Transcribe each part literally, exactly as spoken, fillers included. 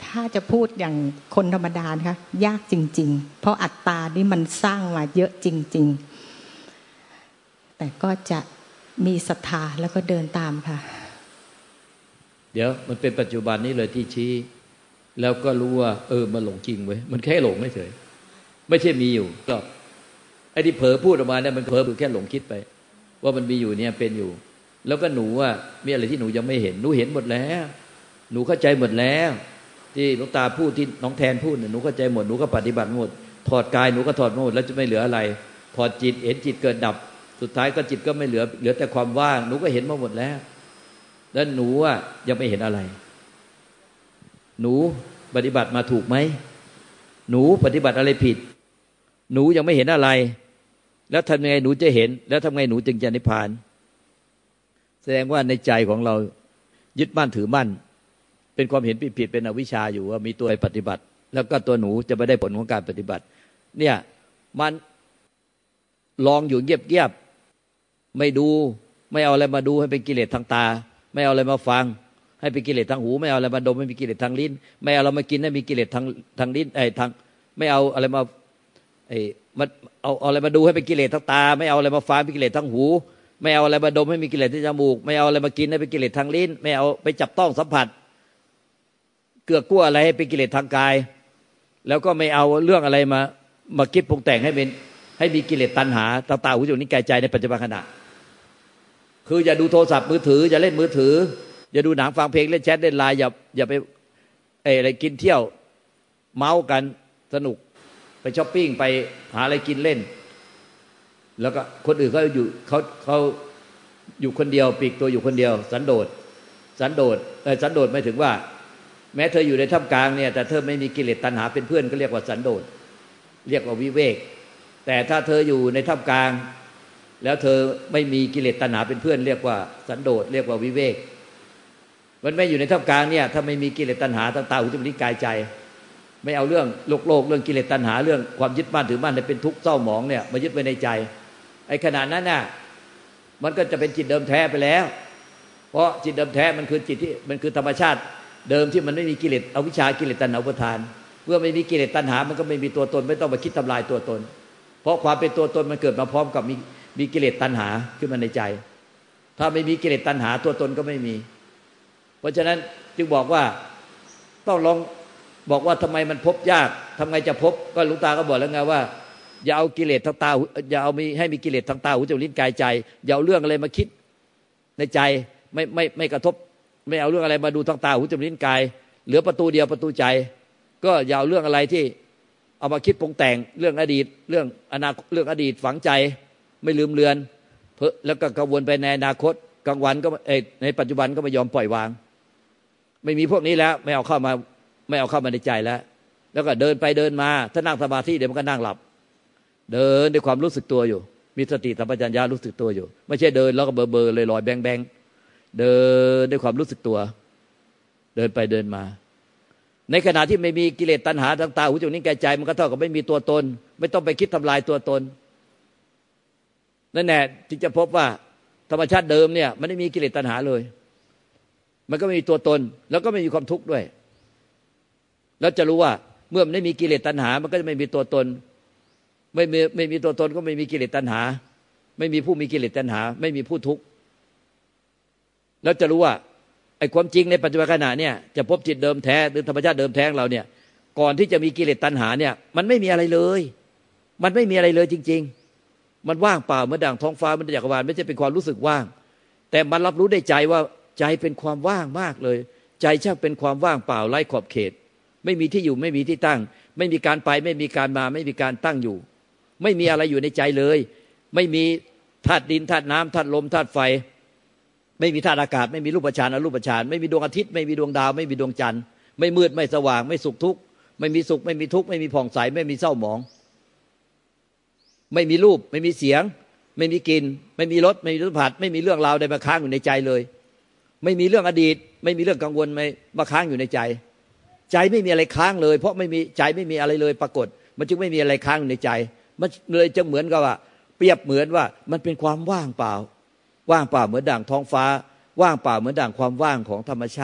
ถ้าจะพูดอย่างคนธรรมดานะคะยากจริงๆเพราะอัตตานี่มันสร้างมาเยอะจริงๆแต่ก็จะมีศรัทธาแล้วก็เดินตามค่ะเดี๋ยวมันเป็นปัจจุบันนี้เลยที่ชี้แล้วก็รู้ว่าเออมันหลงจริงเว้ยมันแค่หลงไม่เฉยไม่ใช่มีอยู่ก็ไอ้ที่เผลอพูดออกมาเนี่ยมันเผลอแค่หลงคิดไปว่ามันมีอยู่เนี่ยเป็นอยู่แล้วก็หนูว่ามีอะไรที่หนูยังไม่เห็นหนูเห็นหมดแล้วหนูเข้าใจหมดแล้วที่หลวงตาพูดที่น้องแทนพูดเนี่ยหนูเข้าใจหมดหนูก็ปฏิบัติหมดถอดกายหนูก็ถอดหมดแล้วจะไม่เหลืออะไรถอดจิตเห็นจิตเกิดดับสุดท้ายก็จิตก็ไม่เหลือเหลือแต่ความว่างหนูก็เห็นมาหมดแล้วแล้วหนูว่ายังไม่เห็นอะไรหนูปฏิบัติมาถูกไหมหนูปฏิบัติอะไรผิดหนูยังไม่เห็นอะไรแล้วทำยังไงหนูจะเห็นแล้วทำไงหนูจึงจะนิพพานแสดงว่าในใจของเรายึดมั่นถือมั่นเป็นความเห็นผิดๆเป็นอวิชชาอยู่ว่ามีตัวปฏิบัติแล้วก็ตัวหนูจะไม่ได้ผลของการปฏิบัติเนี่ยมันลองอยู่เงียบๆไม่ดูไม่เอาอะไรมาดูให้เป็นกิเลสทางตาไม่เอาอะไรมาฟังให้เป็นกิเลสทางหูไม่เอาอะไรมาดมให้มีกิเลสทางลิ้นไม่เอาอะไรมากินให้มีกิเลสทางทางลิ้นไอ้ทางไม่เอาอะไรมาไอ้มาเอาเอาอะไรมาดูให้เป็นกิเลสทางตาไม่เอาอะไรมาฟังเป็นกิเลสทางหูไม่เอาอะไรมาดมให้มีกิเลสที่จมูกไม่เอาอะไรมากินให้เป็นกิเลสทางลิ้นไม่เอาไปจับต้องสัมผัสเกื้อกลัวอะไรให้เป็นกิเลสทางกายแล้วก็ไม่เอาเรื่องอะไรมามาคิดปรุงแต่งให้เป็นให้มีกิเลสตัณหาตาตาหูจมูกนิ้วกายใจในปัจจุบันขณะคืออย่าดูโทรศัพท์มือถืออย่าเล่นมือถืออย่าดูหนังฟังเพลงเล่นแชทเล่นไลน์อย่าอย่าไปอะไรกินเที่ยวเมากันสนุกไปช้อปปิ้งไปหาอะไรกินเล่นแล้วก็คนอื่นเขาอยู่เขาเขาอยู่คนเดียวปีกตัวอยู่คนเดียวสันโดษสันโดษเออสันโดษไม่ถึงว่าแม้เธออยู่ในท่ามกลางเนี่ยแต่เธอไม่มีกิเลสตัณหาเป็นเพื่อนก็เรียกว่าสันโดษเรียกว่าวิเวกแต่ถ้าเธออยู่ในท่ามกลางแล้วเธอไม่มีกิเลสตัณหาเป็นเพื่อนเรียกว่าสันโดษเรียกว่าวิเวกมันไม่อยู่ในท่ามกลางเนี่ยถ้าไม่มีกิเลสตัณหาต่างตาหูจมูกลิ้นกายใจไม่เอาเรื่องโลกโลกเรื่องกิเลสตัณหาเรื่องความยึดมั่นถือมั่นให้เป็นทุกข์เศร้าหมองเนี่ยมายึดไว้ในใจไอ้ขณะนั้นน่ะมันก็จะเป็นจิตเดิมแท้ไปแล้วเพราะจิตเดิมแท้มันคือจิตที่มันคือธรรมชาติเดิมที่มันไม่มีกิเลสอวิชชากิเลสตัณหาอุปทานเมื่อไม่มีกิเลสตัณหามันก็ไม่มีตัวตนไม่ต้องมาคิดทำลายตัวตนเพราะความเป็นตัวตนมันเกิดมาพร้อมกับมีมีกิเลสตัณหาขึ้นมาในใจถ้าไม่มีกิเลสตัณหาตัวตนก็ไม่มีเพราะฉะนั้นจึงบอกว่าต้องลองบอกว่าทำไมมันพบยากทำไงจะพบก็หลวงตาก็บอกแล้วไงว่าอย่าเอากิเลสทางตาอย่าเอามีให้มีกิเลสทางตาหูจมูกลิ้นกายใจอย่าเอาเรื่องอะไรมาคิดในใจไม่ไม่ไม่กระทบไม่เอาเรื่องอะไรมาดูทางตาหูจมูกลิ้นกายเหลือประตูเดียวประตูใจก็อย่าเอาเรื่องอะไรที่เอามาคิดปรุงแต่งเรื่องอดีตเรื่องอนาคตเรื่องอดีตฝังใจไม่ลืมเลือนเพ้อแล้วก็กังวลไปในอนาคตกลางวันก็เออในปัจจุบันก็ไม่ยอมปล่อยวางไม่มีพวกนี้แล้วไม่เอาเข้ามาไม่เอาเข้ามาในใจแล้วแล้วก็เดินไปเดินมาถ้านั่งสมาธิเดี๋ยวมันก็นั่งหลับเดินด้วยความรู้สึกตัวอยู่มีสติสัมปชัญญะรู้สึกตัวอยู่ไม่ใช่เดินแล้วก็เบอร์เบอร์ลอยๆแบงแบงเดินด้วยความรู้สึกตัวเดินไปเดินมาในขณะที่ไม่มีกิเลสตัณหาทางตาหูจมูกลิ้นกายใจมันก็เท่ากับไม่มีตัวตนไม่ต้องไปคิดทำลายตัวตนนั่นแหละที่จะพบว่าธรรมชาติเดิมเนี่ยมันไม่มีกิเลสตัณหาเลยมันก็ไม่มีตัวตนแล้วก็ไม่มีความทุกข์ด้วยแล้วจะรู้ว่าเมื่อมันไม่มีกิเลสตัณหามันก็จะไม่มีตัวตนไม่มีไม่มีตัวตนก็ไม่มีกิเลสตัณหาไม่มีผู้มีกิเลสตัณหาไม่มีผู้ทุกข์แล้วจะรู้ว่าไอ้ความจริงในปัจจุบันขณะเนี่ยจะพบจิตเดิมแท้หรือธรรมชาติเดิมแท้ของเราเนี่ยก่อนที่จะมีกิเลสตัณหาเนี่ยมันไม่มีอะไรเลยมันไม่มีอะไรเลยจริงๆมันว่างเปล่าเหมือนดั่งท้องฟ้าเหมือนจักรวาลไม่ใช่เป็นความรู้สึกว่างแต่มันรับรู้ได้ใจว่าใจเป็นความว่างมากเลยใจช่างเป็นความว่างเปล่าไร้ขอบเขตไม่มีที่อยู่ไม่มีที่ตั้งไม่มีการไปไม่มีการมาไม่มีการตั้งอยู่ไม่มีอะไรอยู่ในใจเลยไม่มีธาตุดินธาตุน้ำธาตุลมธาตุไฟไม่มีธาตุอากาศไม่มีรูปฌานอรูปฌานไม่มีดวงอาทิตย์ไม่มีดวงดาวไม่มีดวงจันทร์ไม่มืดไม่สว่างไม่สุขทุกข์ไม่มีสุขไม่มีทุกข์ไม่มีผ่องใสไม่มีเศร้าหมองไม่มีรูปไม่มีเสียงไม่มีกลิ่นไม่มีรสไม่มีสัมผัสไม่มีเรื่องราวใดมาค้างอยู่ในใจเลยไม่มีเรื่องอดีตไม่มีเรื่องกังวลมาค้างอยู่ในใจใจไม่มีอะไรค้างเลยเพราะไม่มีใจไม่มีอะไรเลยปรากฏมันจึงไม่มีอะไรค้างอยู่ในใจมันเลยจะเหมือนกับว่าเปรียบเหมือนว่ามันเป็นความว่างเปล่าว่างเปล่าเหมือนด่างท้องฟ้าว่างเปล่าเหมือนด่างความว่างของธรรมชาติ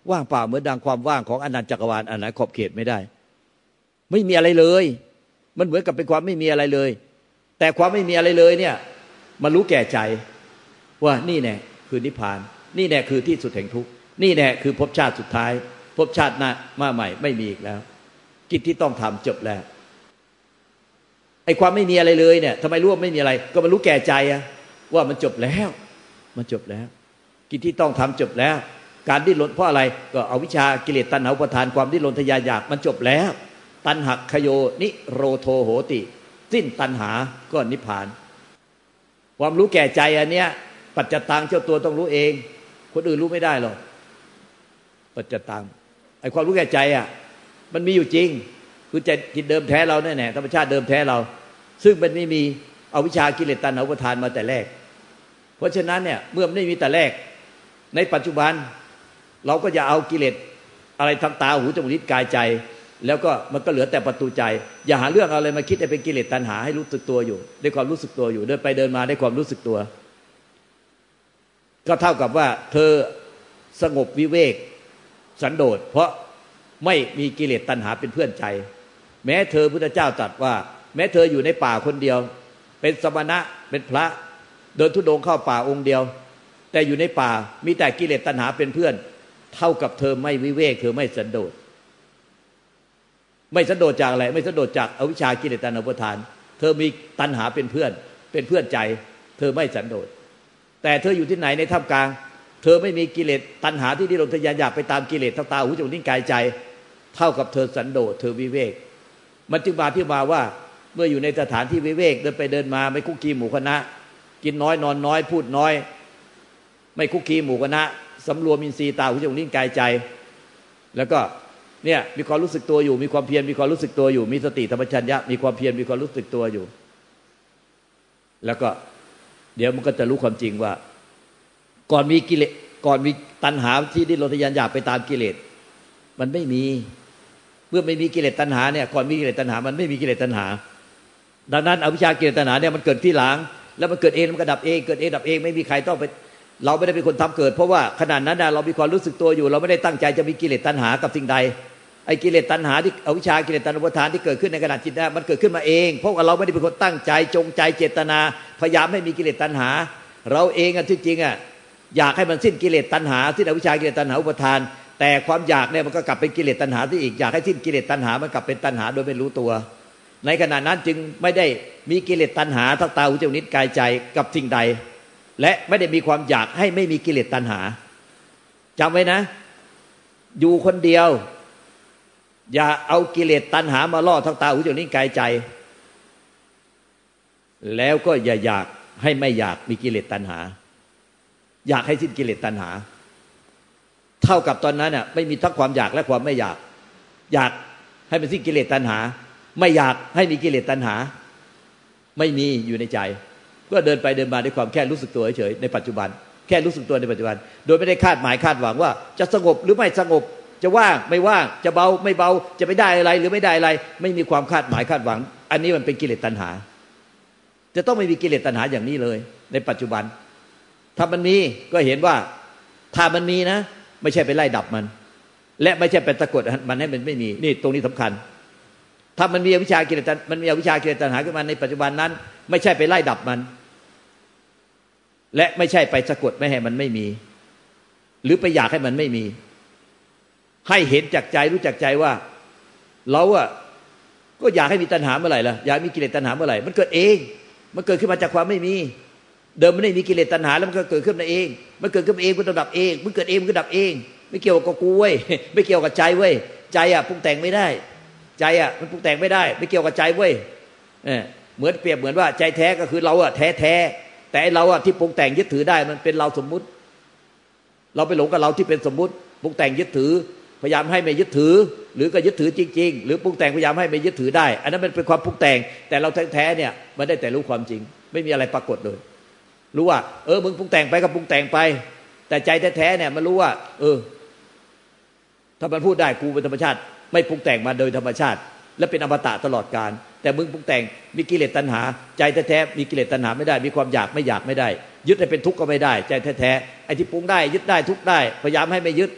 ว่างเปล่าเหมือนดังความว่างของอนันตจักรวาลอันไหนขอบเขตไม่ได้ไม่มีอะไรเลยมันเหมือนกับเป็นความไม่มีอะไรเลยแต่ความไม่มีอะไรเลยเนี่ยมันรู้แก่ใจว่านี่แน่คือนิพพานนี่แน่คือที่สุดแห่งทุกข์นี่แน่คือภพชาติสุดท้ายภพชาติหน้ามาใหม่ไม่มีอีกแล้วกิจที่ต้องทำจบแล้วไอ้ความไม่มีอะไรเลยเนี่ยทำไมรู้ว่าไม่มีอะไรก็มันรู้แก่ใจอะว่ามันจบแล้วมันจบแล้วกิจที่ต้องทำจบแล้วการดิ้นรนเพราะอะไรก็เอาวิชากิเลสตัณหาอุปาทานความดิ้นรนทะยานอยากมันจบแล้วตัณหักขโยนิโรโทโหติสิ้นตัณหาก็นิพพานความรู้แก่ใจอันเนี้ยปัจจตังเจ้าตัวต้องรู้เองคนอื่นรู้ไม่ได้หรอกปัจจตังไอ้ความรู้แก่ใจอ่ะมันมีอยู่จริงคือใจจิตเดิมแท้เราแน่แน่ธรรมชาติเดิมแท้เราซึ่งมันไม่มีเอาวิชากิเลสตัณหาอุปาทานมาแต่แรกเพราะฉะนั้นเนี่ยเมื่อไม่มีแต่แรกในปัจจุบันเราก็จะเอากิเลสอะไรทางตาหูจมูกลิ้นกายใจแล้วก็มันก็เหลือแต่ประตูใจอย่าหาเรื่องเอาอะไรมาคิดให้เป็นกิเลสตัณหาให้รู้สึกตัวอยู่ได้ความรู้สึกตัวอยู่เดินไปเดินมาได้ความรู้สึกตัวก็เท่ากับว่าเธอสงบวิเวกสันโดษเพราะไม่มีกิเลสตัณหาเป็นเพื่อนใจแม้เธอพุทธเจ้าตรัสว่าแม้เธออยู่ในป่าคนเดียวเป็นสมณะเป็นพระเดินธุดงค์เข้าป่าองค์เดียวแต่อยู่ในป่ามีแต่กิเลสตัณหาเป็นเพื่อนเท่ากับเธอไม่วิเวกเธอไม่สันโดษไม่สันโดษจากอะไรไม่สันโดษจากอวิชชากิเลสตัณหาอุปาทานเธอมีตัณหาเป็นเพื่อนเป็นเพื่อนใจเธอไม่สันโดษแต่เธออยู่ที่ไหนในท่ามกลางเธอไม่มีกิเลสตัณหาที่ดิ้นรนทะยานอยากไปตามกิเลสทางตาหูจมูกลิ้นกายใจเท่ากับเธอสันโดษเธอวิเวกมันจึงมาที่มาว่าเมื่ออยู่ในสถานที่วิเวกเดินไปเดินมาไม่คุกคีหมู่คณะกินน้อยนอนน้อยพูดน้อยไม่คุกคีหมู่คณะสำรวมอินทรีย์ตาหูจมูกลิ้นกายใจแล้วก็เนี่ยมีความรู้สึกตัวอยู่มีความเพียรมีความรู้สึกตัวอยู่มีสติธรรมชัญญะมีความเพียรมีความรู้สึกตัวอยู่แล้วก็เดี๋ยวมันก็จะรู้ความจริงว่าก่อนมีกิเลสก่อนมีตัณหาที่ดิ้นรนทะยานอยากไปตามกิเลสมันไม่มีเมื่อไม่มีกิเลสตัณหาเนี่ยก่อนมีกิเลสตัณหามันไม่มีกิเลสตัณหาดังนั้นอวิชชากิเลสตัณหาเนี่ยมันเกิดที่หลังแล้วมันเกิดเองมันก็ดับเองเกิดเองดับเองไม่มีใครต้องไปเราไม่ได้เป็นคนทำเกิดเพราะว่าขณะนั้นเรามีความรู้สึกตัวอยู่เราไม่ได้ตั้งใจจะมีกิเลสตัณหากับสิ่งใดไอ้กิเลสตัณหาที่อวิชชากิเลสตัณหาอุปาทานที่เกิดขึ้นในขณะจิตนั้นมันเกิดขึ้นมาเองเพราะว่าเราไม่ได้เป็นคนตั้งใจจงใจเจตนาพยายามให้มีกิเลสตัณหาเราเองอ่ะที่จริงอ่ะอยากให้มันสิ้นกิเลสตัณหาสิ้นอวิชชากิเลสตัณหาอุปาทานแต่ความอยากเนี่ยมันก็กลับเป็นกิเลสตัณหาที่อีกอยากให้สิ้นกิเลสตัณหามันกลับเป็นตัณหาโดยไม่รู้ตัวในขณะนั้นจึงไม่ได้มีกิเลสตัณหาทั้งตาหูจมูกลิ้นกายใจกับสิ่งใดและไม่ได้มีความอยากให้ไม่มีกิเลสตัณหาจำไว้นะอยู่คนเดียวอย่าเอากิเลสตัณหามาล่อทั้งตาหูจมูกลิ้นกายใจแล้วก็อย่าอยากให้ไม่อยากมีกิเลสตัณหาอยากให้สิ้นกิเลสตัณหาเท่ากับตอนนั้นน่ะไม่มีทั้งความอยากและความไม่อยากอยากให้มันสิ้นกิเลสตัณหาไม่อยากให้มีกิเลสตัณหาไม่มีอยู่ในใจก็เดินไปเดินมาด้วยความแค่รู้สึกตัวเฉยๆในปัจจุบันแค่รู้สึกตัวในปัจจุบันโดยไม่ได้คาดหมายคาดหวังว่าจะสงบหรือไม่สงบจะว่างไม่ว่างจะเบาไม่เบาจะไม่ได้อะไรหรือไม่ได้อะไรไม่มีความคาดหมายคาดหวังอันนี้มันเป็นกิเลสตัณหาจะต้องไม่มีกิเลสตัณหาอย่างนี้เลยในปัจจุบันถ้ามันมีก็เห็นว่าถ้ามันมีนะไม่ใช่ไปไล่ดับมันและไม่ใช่ไปสะกดมันให้มันไม่มีนี่ตรงนี้สำคัญถ้ามันมีอวิชชากิเลสมันมีอวิชชากิเลสตัณหาขึ้นมาในปัจจุบันนั้นไม่ใช่ไปไล่ดับมันและไม่ใช่ไปสะกดไม่ให้มันไม่มีหรือไปอยากให้มันไม่มีให้เห็นจากใจรู้จักใจว่าเราอะก็อยากให้มีตัณหาเมื่อไหร่ล่ะอยากมีกิเลสตัณหาเมื่อไหร่มันเกิดเองมันเกิดขึ้นมาจากความไม่มีเดิมมันไม่มีกิเลสตัณหาแล้วมันก็เกิดขึ้นมาเองมันเกิดขึ้นเองมันดับเองมันเกิดเองมันก็ดับเองไม่เกี่ยวกับกูเว้ยไม่เกี่ยวกับใจเว้ยใจอะปรุงแต่งไม่ได้ใจอะมันปรุงแต่งไม่ได้ไม่เกี่ยวกับใจเว้ยเออเหมือนเปรียบเหมือนว่าใจแท้ก็คือเราอะแท้แท้แต่เราอะที่ปรุงแต่งยึดถือได้มันเป็นเราสมมุติเราไปหลงกับเราที่เป็นสมมุติปรุงแต่งยึดถือพยายามให้ไม่ยึดถือหรือก็ยึดถือจริงๆหรือปรุงแต่งพยายามให้ไม่ยึดถือได้อันนั้นมันเป็นความปรุงแต่งแต่เราแท้ๆเนี่ยมันได้แต่รู้ความจริงไม่มีอะไรปรากฏเลยรู้ว่าเออมึงปรุงแต่งไปก็ปรุงแต่งไปแต่ใจแท้ๆเนี่ยมันรู้ว่าเออถ้ามันพูดได้กูเป็นธรรมชาติไม่ปรุงแต่งมาโดยธรรมชาติและเป็นอมตะตลอดกาลแต่มึงปรุงแต่งมีกิเลสตัณหาใจแท้ๆมีกิเลสตัณหาไม่ได้มีความอยากไม่อยากไม่ได้ยึดให้เป็นทุกข์ก็ไม่ได้ใจแท้ๆไอ้ที่ปรุงได้ยึดได้ทุกข์ได้พยายามให้ไม่ยึด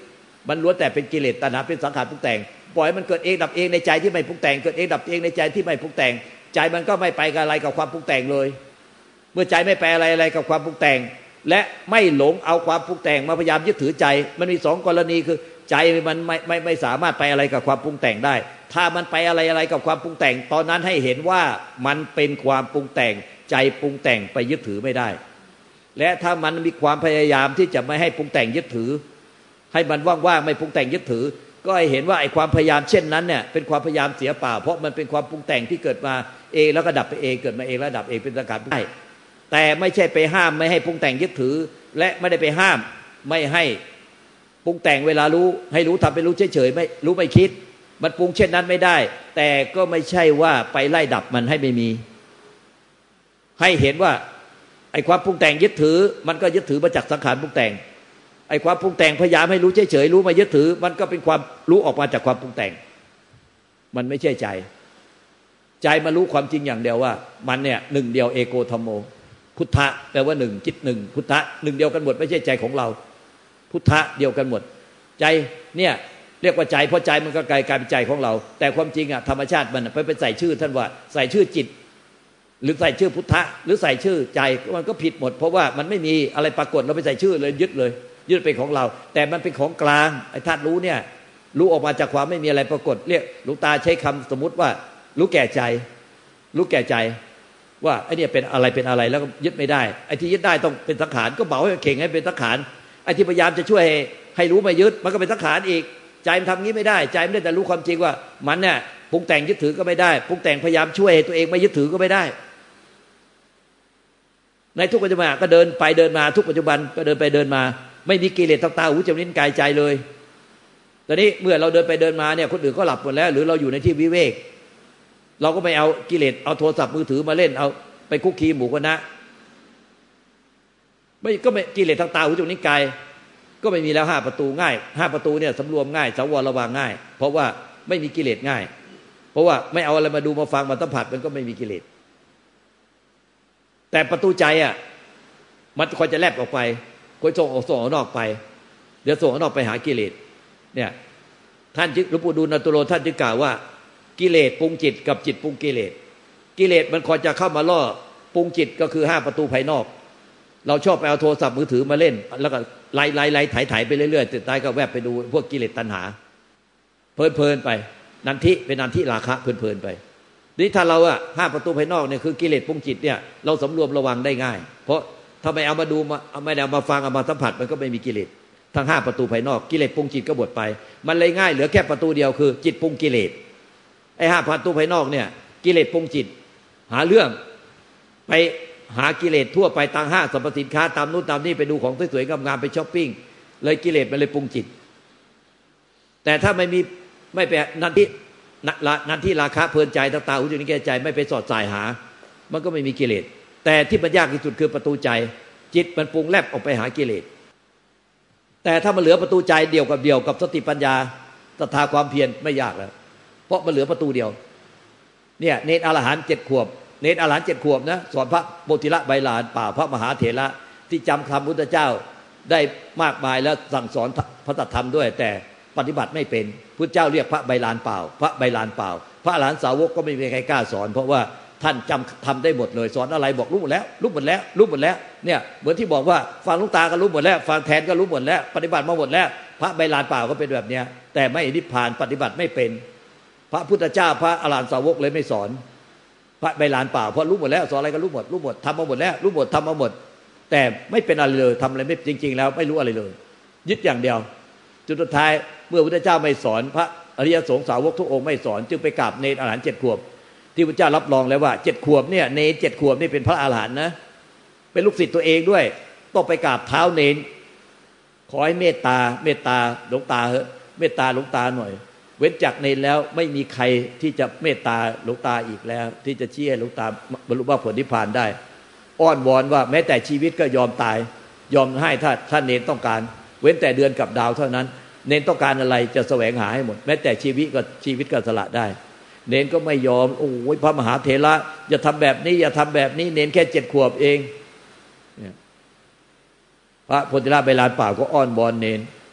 มันล้วนแต่เป็นกิเลสตัณหาเป็นสังขารปรุงแต่งปล่อยมันเกิดเองดับเองในใจที่ไม่ปรุงแต่งเกิดเองดับเองในใจที่ไม่ปรุงแต่งใจมันก็ไม่ไปกับอะไรกับความปรุงแต่งเลยเมื่อใจไม่ไปอะไรอะไรกับความปรุงแต่งและไม่หลงเอาความปรุงแต่งมาพยายามยึดถือใจมันมีสองกรณีคือใจมันไม่ไม่ไม่สามารถไปอะไรกับความปรุงแต่งได้ถ้ามันไปอะไรอะไรกับความปรุงแต่งตอนนั้นให้เห็นว่ามันเป็นความปรุงแต่งใจปรุงแต่งไปยึดถือไม่ได้และถ้ามันมีความพยายามที่จะไม่ให้ปรุงแต่งยึดถือให้มันว่างๆไม่ปรุงแต่งยึดถือก็ให้เห็นว่าไอ้ความพยายามเช่นนั้นเนี่ยเป็นความพยายามเสียเปล่าเพราะมันเป็นความปรุงแต่งที่เกิดมาเองแล้วก็ดับไปเองเกิดมาเองแล้วดับเองเป็นสังขารได้แต่ไม่ใช่ไปห้ามไม่ให้ปรุงแต่งยึดถือและไม่ได้ไปห้ามไม่ให้ปรุงแต่งเวลารู้ให้รู้ทำเป็นรู้เฉยๆไม่รู้ไม่คิดมันปรุงเช่นนั้นไม่ได้แต่ก็ไม่ใช่ว่าไปไล่ดับมันให้ไม่มีให้เห็นว่าไอ้ความปรุงแต่งยึดถือมันก็ยึดถือมาจากสังขารปรุงแต่งไอ้ความปรุงแต่งพยายามให้รู้เฉยๆรู้มายึดถือมันก็เป็นความรู้ออกมาจากความปรุงแต่งมันไม่ใช่ใจใจมารู้ความจริงอย่างเดียวว่ามันเนี่ยหนึ่งเดียวเอโกธัมโมพุทธะแปลว่าหนึ่งจิตหนึ่งพุทธะหนึ่งเดียวกันหมดไม่ใช่ใจของเราพุทธะเดียวกันหมดใจเนี่ยเรียกว่าใจเพราะใจมันก็กลายกลายเป็นใจของเราแต่ความจริงอะธรรมชาติมันไปเป็นใส่ชื่อท่านว่าใส่ชื่อจิตหรือใส่ชื่อพุทธะหรือใส่ชื่อใจมันก็ผิดหมดเพราะว่ามันไม่มีอะไรปรากฏเราไปใส่ชื่อเลยยึดเลยยึดเป็นของเราแต่มันเป็นของกลางไอ้ธาตุรู้เนี่ยรู้ออกมาจากความไม่มีอะไรปรากฏเรียกหลวงตาใช้คำสมมุติว่ารู้แก่ใจรู้แก่ใจว่าไอ้นี่เป็นอะไรเป็นอะไรแล้วก็ยึดไม่ได้ไอ้ที่ยึดได้ต้องเป็นสังขารก็เบาให้เข่งให้เป็นสังขารไอ้ที่พยายามจะช่วยให้รู้ไม่ยึดมันก็เป็นสังขารอีกใจมันทำงี้ไม่ได้ใจไม่ได้แต่รู้ความจริงว่ามันเนี่ยปรุงแต่งยึดถือก็ไม่ได้ปรุงแต่งพยายามช่วยให้ตัวเองไม่ยึดถือก็ไม่ได้ในทุกปัจจุบันก็เดินไปเดินมาทุกปัจจุบันก็เดินไปเดินมาไม่มีกิเลสตาหูจมูกลิ้นกายใจเลยตอนนี้เมื่อเราเดินไปเดินมาเนี่ยคนอื่นก็หลับหมดแล้วหรือเราอยู่ในที่วิเวกเราก็ไม่เอากิเลสเอาโทรศัพท์มือถือมาเล่นเอาไปคุกคีหมู่คณะไม่ก็ไม่กิเลสทางตาหูจมูกลิ้นกายก็ไม่มีแล้วห้าประตูง่ายห้าประตูเนี่ยสำรวมง่ายสังวรระวังง่ายเพราะว่าไม่มีกิเลสง่ายเพราะว่าไม่เอาอะไรมาดูมาฟังมาสัมผัสมันก็ไม่มีกิเลสแต่ประตูใจอ่ะมันคอยจะแลบออกไปคอยส่งออกส่งออกนอกไปเดี๋ยวส่งออกนอกไปหากิเลสเนี่ยท่านหลวงปู่ดูลย์ อตุโลท่านจึงกล่าวว่ากิเลสปรุงจิตกับจิตปรุงกิเลสกิเลสมันคอยจะเข้ามาล่อปรุงจิตก็คือห้าประตูภายนอกเราชอบไปเอาโทรศัพท์มือถือมาเล่นแล้วก็ไล่ไล่ไล่ไถไถไปเรื่อยๆสุดท้ายก็แวบไปดูพวกกิเลสตัณหาเพลินๆไปนันทิเป็นนันทิราคะเพลินๆไปนี่ถ้าเราอะห้าประตูภายนอกเนี่ยคือกิเลสปรุงจิตเนี่ยเราสำรวมระวังได้ง่ายเพราะถ้าไม่เอามาดูมาไม่ได้เอามาฟังเอามาสัมผัสมันก็ไม่มีกิเลสทั้งห้าประตูภายนอกกิเลสปรุงจิตก็หมดไปมันเลยง่ายเหลือแค่ประตูเดียวคือจิตปรุงกิเลสไอ้ห้าประตูภายนอกเนี่ยกิเลสปรุงจิตหาเรื่องไปหากิเลสทั่วไปตามห้างสรรพสินค้าตามนู้นตามนี่ไปดูของสวยๆงามๆไปช้อปปิ้งเลยกิเลสมันเลยปรุงจิตแต่ถ้าไม่มีไม่ไปนันทินันทิราคะเพลินใจตาหูจมูกลิ้นกายใจไม่ไปสอดสายหามันก็ไม่มีกิเลสแต่ที่มันยากที่สุดคือประตูใจจิตมันปรุงแลบออกไปหากิเลสแต่ถ้ามันเหลือประตูใจเดียวกับเดียวกับสติปัญญาศรัทธาความเพียรไม่ยากแล้วเพราะมันเหลือประตูเดียวเนี่ยเนตรอรหันต์เจ็ดขวบเนตรอรหันต์เจ็ดขวบนะสอนพระโพธิละไบลานป่าพระมหาเถระที่จำคำพุทธเจ้าได้มากมายแล้วสั่งสอนพระธรรมด้วยแต่ปฏิบัติไม่เป็นพุทธเจ้าเรียกพระไบลานเปล่าพระไบลานเปล่าพระอรหันต์สาวกก็ไม่มีใครกล้าสอนเพราะว่าท่านจำทำได้หมดเลยสอนอะไรบอกรู้หมดแล้วรู้หมดแล้วรู้หมดแล้วเนี่ยเหมือนที่บอกว่าฟังหลวงตาก็รู้หมดแล้วฟังแทนก็รู้หมดแล้วปฏิบัติมาหมดแล้วพระไบลานเปล่าก็เป็นแบบเนี้ยแต่ไม่นิพพานปฏิบัติไม่เป็นพระพุทธเจ้าพระอรหันต์สาวกเลยไม่สอนพระไบลานเปล่าเพราะรู้หมดแล้วสอนอะไรก็รู้หมดรู้หมดทำมาหมดแล้วรู้หมดทำมาหมดแต่ไม่เป็นอะไรเลยทำอะไรไม่จริงๆแล้วไม่รู้อะไรเลยยึดอย่างเดียวจนสุดท้ายเมื่อพระพุทธเจ้าไม่สอนพระอริยสงฆ์สาวกทุกองค์ไม่สอนจึงไปกราบเนรอรหันต์เจ็ดขวบที่พระเจ้ารับรองแล้วว่าเจ็ดขวบเนี่ยเนรเจ็ดขวบนี่เป็นพระอรหันต์นะเป็นลูกศิษย์ตัวเองด้วยต้องไปกราบเท้าเนรขอให้เมตตาเมตตาหลวงตาเหอะเมตตาหลวงตาหน่อยเว้นจากเนรแล้วไม่มีใครที่จะเมตตาหลวงตาอีกแล้วที่จะชี้ให้หลวงตาบรรลุมรรคผลนิพพานได้อ้อนวอนว่าแม้แต่ชีวิตก็ยอมตายยอมให้ถ้าถ้าเนรต้องการเว้นแต่เดือนกับดาวเท่านั้นเนรต้องการอะไรจะแสวงหาให้หมดแม้แต่ชีวิตก็ชีวิตก็สละได้เนรก็ไม่ยอมโอ้ยพระมหาเถระอย่าทำแบบนี้อย่าทำแบบนี้เนรแค่เจ็ดขวบเองเนี่ยพระโพธิละไบลานเปล่าก็อ้อนวอนเนร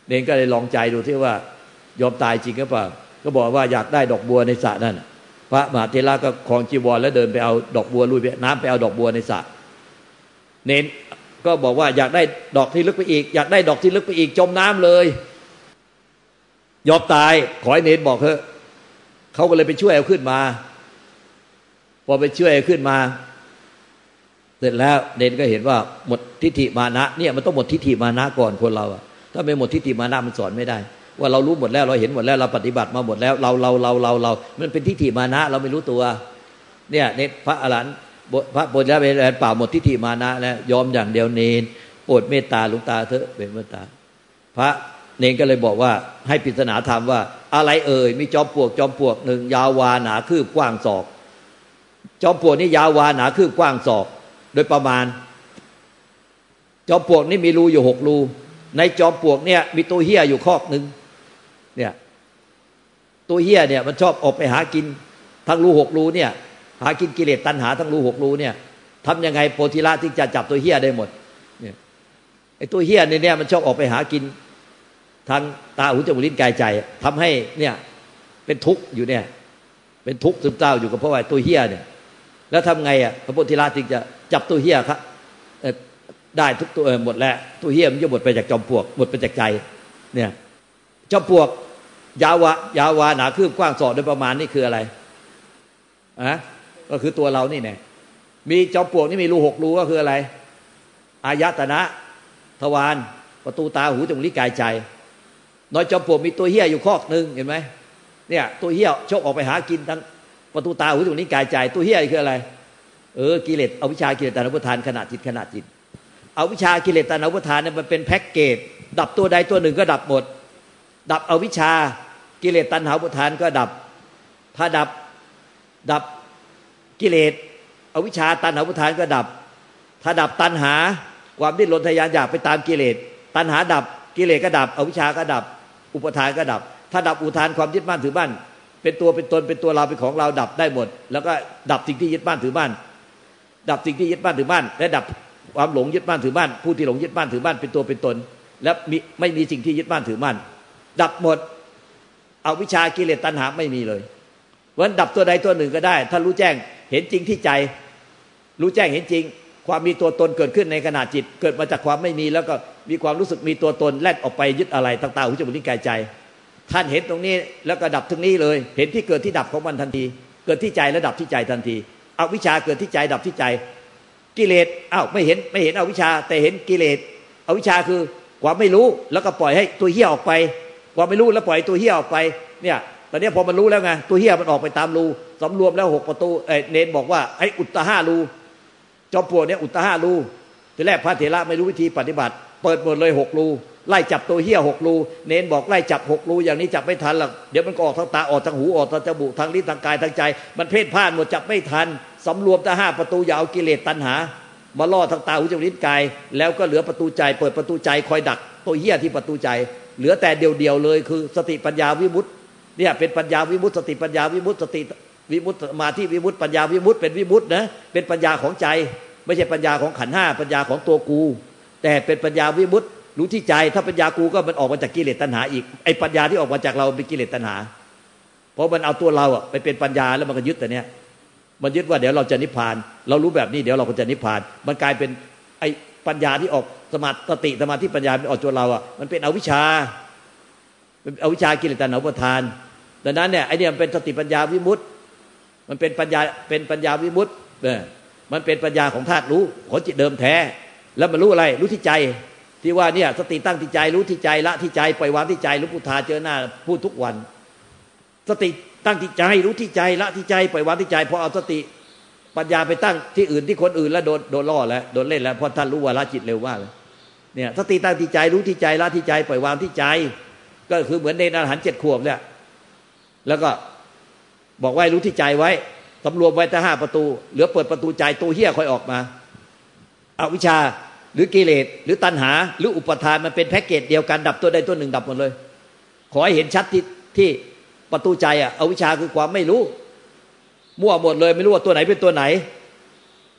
เนนก็เลยลองใจดูที่ว่ายอมตายจริงหรือเปล่าก็บอกว่าอยากได้ดอกบัวในสระนั่นพระมหาเถระก็คล้องจีวรแล้วเดินไปเอาดอกบัวลุยไปน้ำไปเอาดอกบัวในสระเนนก็บอกว่าอยากได้ดอกที่ลึกไปอีกอยากได้ดอกที่ลึกไปอีกจมน้ำเลยยอมตายขอให้เนนบอกเถอะเขาก็เลยไปช่วยเอาขึ้นมาพอไปช่วยเอาขึ้นมาเสร็จแล้วเนนก็เห็นว่าหมดทิฏฐิมานะเนี่ยมันต้องหมดทิฏฐิมานะก่อนคนเราอะถ้าไม่หมดทิฏฐิมานะมันสอนไม่ได้ว่าเรารู้หมดแล้วเราเห็นหมดแล้วเราปฏิบัติมาหมดแล้วเราเราเราเราเรามันเป็นทิฏฐิมานะเราไม่รู้ตัวเนี่ยเนนพระอรหันต์พระโพธิละเป็นเปล่าหมดทิฏฐิมานะแล้วยอมอย่างเดียวเนนโปรดเมตตาหลวงตาเถอะเป็นเมตตาพระเนนก็เลยบอกว่าให้ปริศนาธรรมว่าอะไรเอ่ยมีจอมปลวกจอมปลวกหนึ่งยาววาหนาคืบกว้างศอกจอมปลวกนี่ยาววาหนาคืบกว้างศอกโดยประมาณจอมปลวกนี่มีรูอยู่หกรูในจอมปลวกเนี่ยมีตัวเหี้ยอยู่คอกหนึ่งเนี่ยตัวเหี้ยเนี่ยมันชอบออกไปหากินทั้งรูหกรูเนี่ยหากินกิเลสตัณหาทั้งรูหกรูเนี่ยทำยังไงโพธิละที่จะจับตัวเหี้ยได้หมดเนี่ยไอ้ตัวเหี้ยเนี่ยมันชอบออกไปหากินทางตาหูจมูกลิ้นกายใจทำให้เนี่ยเป็นทุกข์อยู่เนี่ยเป็นทุกข์ซึมเศร้าอยู่กับเพราะว่าตัวเหี้ยเนี่ยแล้วทำไงอ่ะพระโพธิละจึงจะจับตัวเหี้ยครับได้ทุกตัวหมดแล้วตัวเหี้ยมันจะหมดไปจากจอมปลวกหมดไปจากใจเนี่ยจอมปลวกยาวะยาวาหนาคืบกว้างศอกโดยประมาณนี่คืออะไรอ่ะก็คือตัวเรานี่แน่มีจอมปลวกนี่มีรูหกรูก็คืออะไรอายตนะทวารประตูตาหูจมูกลิ้นกายใจน้อยจอมปลวกมีตัวเหี้ยอยู่คอกนึงเห็นไหมเนี่ยตัวเหี้ยชกออกไปหากินทั้งประตูตาหูจมูกลิ้นกายใจตัวเหี้ยคืออะไรเออกิเลสอวิชชากิเลสตัณหาอุปทานขณะจิตขณะจิตอวิชชากิเลสตัณหาอุปทานเนี่ยมันเป็นแพ็กเกจดับตัวใดตัวหนึ่งก็ดับหมดดับอวิชชากิเลสตัณหาอุปทานก็ดับถ้าดับดับกิเลสอวิชชาตัณหาอุปทานก็ดับถ้าดับตัณหาความดิ้นรนทะยานอยากไปตามกิเลสตัณหาดับกิเลสก็ดับอวิชชาก็ดับอุปทานก็ดับถ้าดับอุทานความยึดมั่นถือมั่นเป็นตัวเป็นตนเป็นตัวเราเป็นของเราดับได้หมดแล้วก็ดับสิ่งที่ยึดมั่นถือมั่นดับสิ่งที่ยึดมั่นถือมั่นและดับความหลงยึดมั่นถือมั่นผู้ที่หลงยึดมั่นถือมั่นเป็นตัวเป็นตนและมีไม่มีสิ่งที่ยึดมั่นถือมั่นดับหมดอวิชชากิเลสตัณหาไม่มีเลยวันดับตัวใดตัวหนึ่งก็ได้ถ้ารู้แจ้งเห็นจริงที่ใจรู้แจ้งเห็นจริงความมีตัวตนเกิดขึ้นในขณะจิตเกิดมาจากความไม่มีแล้วก็มีความรู้สึกมีตัวตนแล่นออกไปยึดอะไรต่างๆหูจมูกลิ้นกายใจท่านเห็นตรงนี้แล้วก็ดับทั้งนี้เลยเห็นที่เกิดที่ดับของมันทันทีเกิดที่ใจแล้วดับที่ใจทันทีอวิชชาเกิดที่ใจดับที่ใจกิเลสอ้าวไม่เห็นไม่เห็นอวิชชาแต่เห็นกิเลสอวิชชาคือความไม่รู้แล้วก็ปล่อยให้ตัวเหี้ยออกไปความไม่รู้แล้วปล่อยตัวเหี้ยออกไปเนี่ยตอนนี้พอมันรู้แล้วไงตัวเหี้ยมันออกไปตามรูสำรวมแล้วหกประตูเอ้เนนบอกว่าให้อุตตะห้ารูจอมปลวกเนี่ยอุตตะห้ารูทีแรกพระเถระไม่รู้วิธีปฏิบัติเปิดหมดเลยหกรูไล่จับตัวเหี้ยหกรูเนนบอกไล่จับหกรูอย่างนี้จับไม่ทันหรอกเดี๋ยวมันก็ออกทางตาออกทางหูออกทางจมูกทางลิ้นทางกายทางใจมันเพ่นพ่านหมดจับไม่ทันสำรวมแต่ห้าประตูอย่าเอากิเลสตัณหามาล่อทางตาหูจมูกลิ้นกายแล้วก็เหลือประตูใจเปิดประตูใจคอยดักตัวเหี้ยที่ประตูใจเหลือแต่เดียวๆเลยคือสติปัญญาวิมุตติเนี่ยเป็นปัญญาวิมุตติสติปัญญาวิมุตติสติวิมุตติสมาธิวิมุตติปัญญาวิมุตติเป็นวิมุตตินะเป็นปัญญาของใจไม่ใช่ปัญญาของขันธ์ห้าปัญญาของตัวกูแต่เป็นปัญญาวิมุตติรู้ที่ใจถ้าปัญญากูก็มันออกมาจากกิเลสตัณหาอีกไอ้ปัญญาที่ออกมาจากเราเป็นกิเลสตัณหาเพราะมันเอาตัวเราอะไปเป็นปัญญาแล้วมันก็ยึดแต่เนี้ยมันยึดว่าเดี๋ยวเราจะนิพพานเรารู้แบบนี้เดี๋ยวเราก็จะนิพพานมันกลายเป็นไอ้ปัญญาที่ออกสมาธิสมาธิปัญญาเป็นออกตัวเราอะมันเป็นอวิชชาเป็นอวิชชากิเลสตัณหาอุปทานดังนั้นเนี่ยไอ้เนี่ยมันเป็นสติปัญญาวิมุตติมันเป็นปัญญาเป็นปัญญาวิมุตติเนี่ยมันเป็นปัญญาของธาตุรู้ของจิตเดิมแท้แล้วมันรู้อะไรรู้ที่ใจที่ว่าเนี่ยสติตั้งที่ใจรู้ที่ใจละที่ใจปล่อยวางที่ใจรู้พุทธาเจอหน้าพูดทุกวันสติตั้งที่ใจรู้ที่ใจละที่ใจปล่อยวางที่ใจพอเอาสติปัญญาไปตั้งที่อื่นที่คนอื่นแล้วโดนโดนล่อแล้วโดนเล่นแล้วเพราะท่านรู้ว่าละจิตเร็วมากเลยเนี่ยสติตั้งที่ใจรู้ที่ใจละที่ใจปล่อยวางที่ใจก็คือเหมือนในอรหันต์เจ็ดขวบเนี่ยแล้วก็บอกไว้รู้ที่ใจไว้สำรวมไว้แต่ห้าประตูเหลือเปิดประตูใจตัวเหี้ยค่อยออกมาอวิชชาหรือกิเลสหรือตัณหาหรืออุปทานมันเป็นแพ็กเกจเดียวกันดับตัวใดตัวหนึ่งดับหมดเลยขอให้เห็นชัดที่ที่ประตูใจอ่ะอวิชชาคือความไม่รู้มั่วหมดเลยไม่รู้ว่าตัวไหนเป็นตัวไหน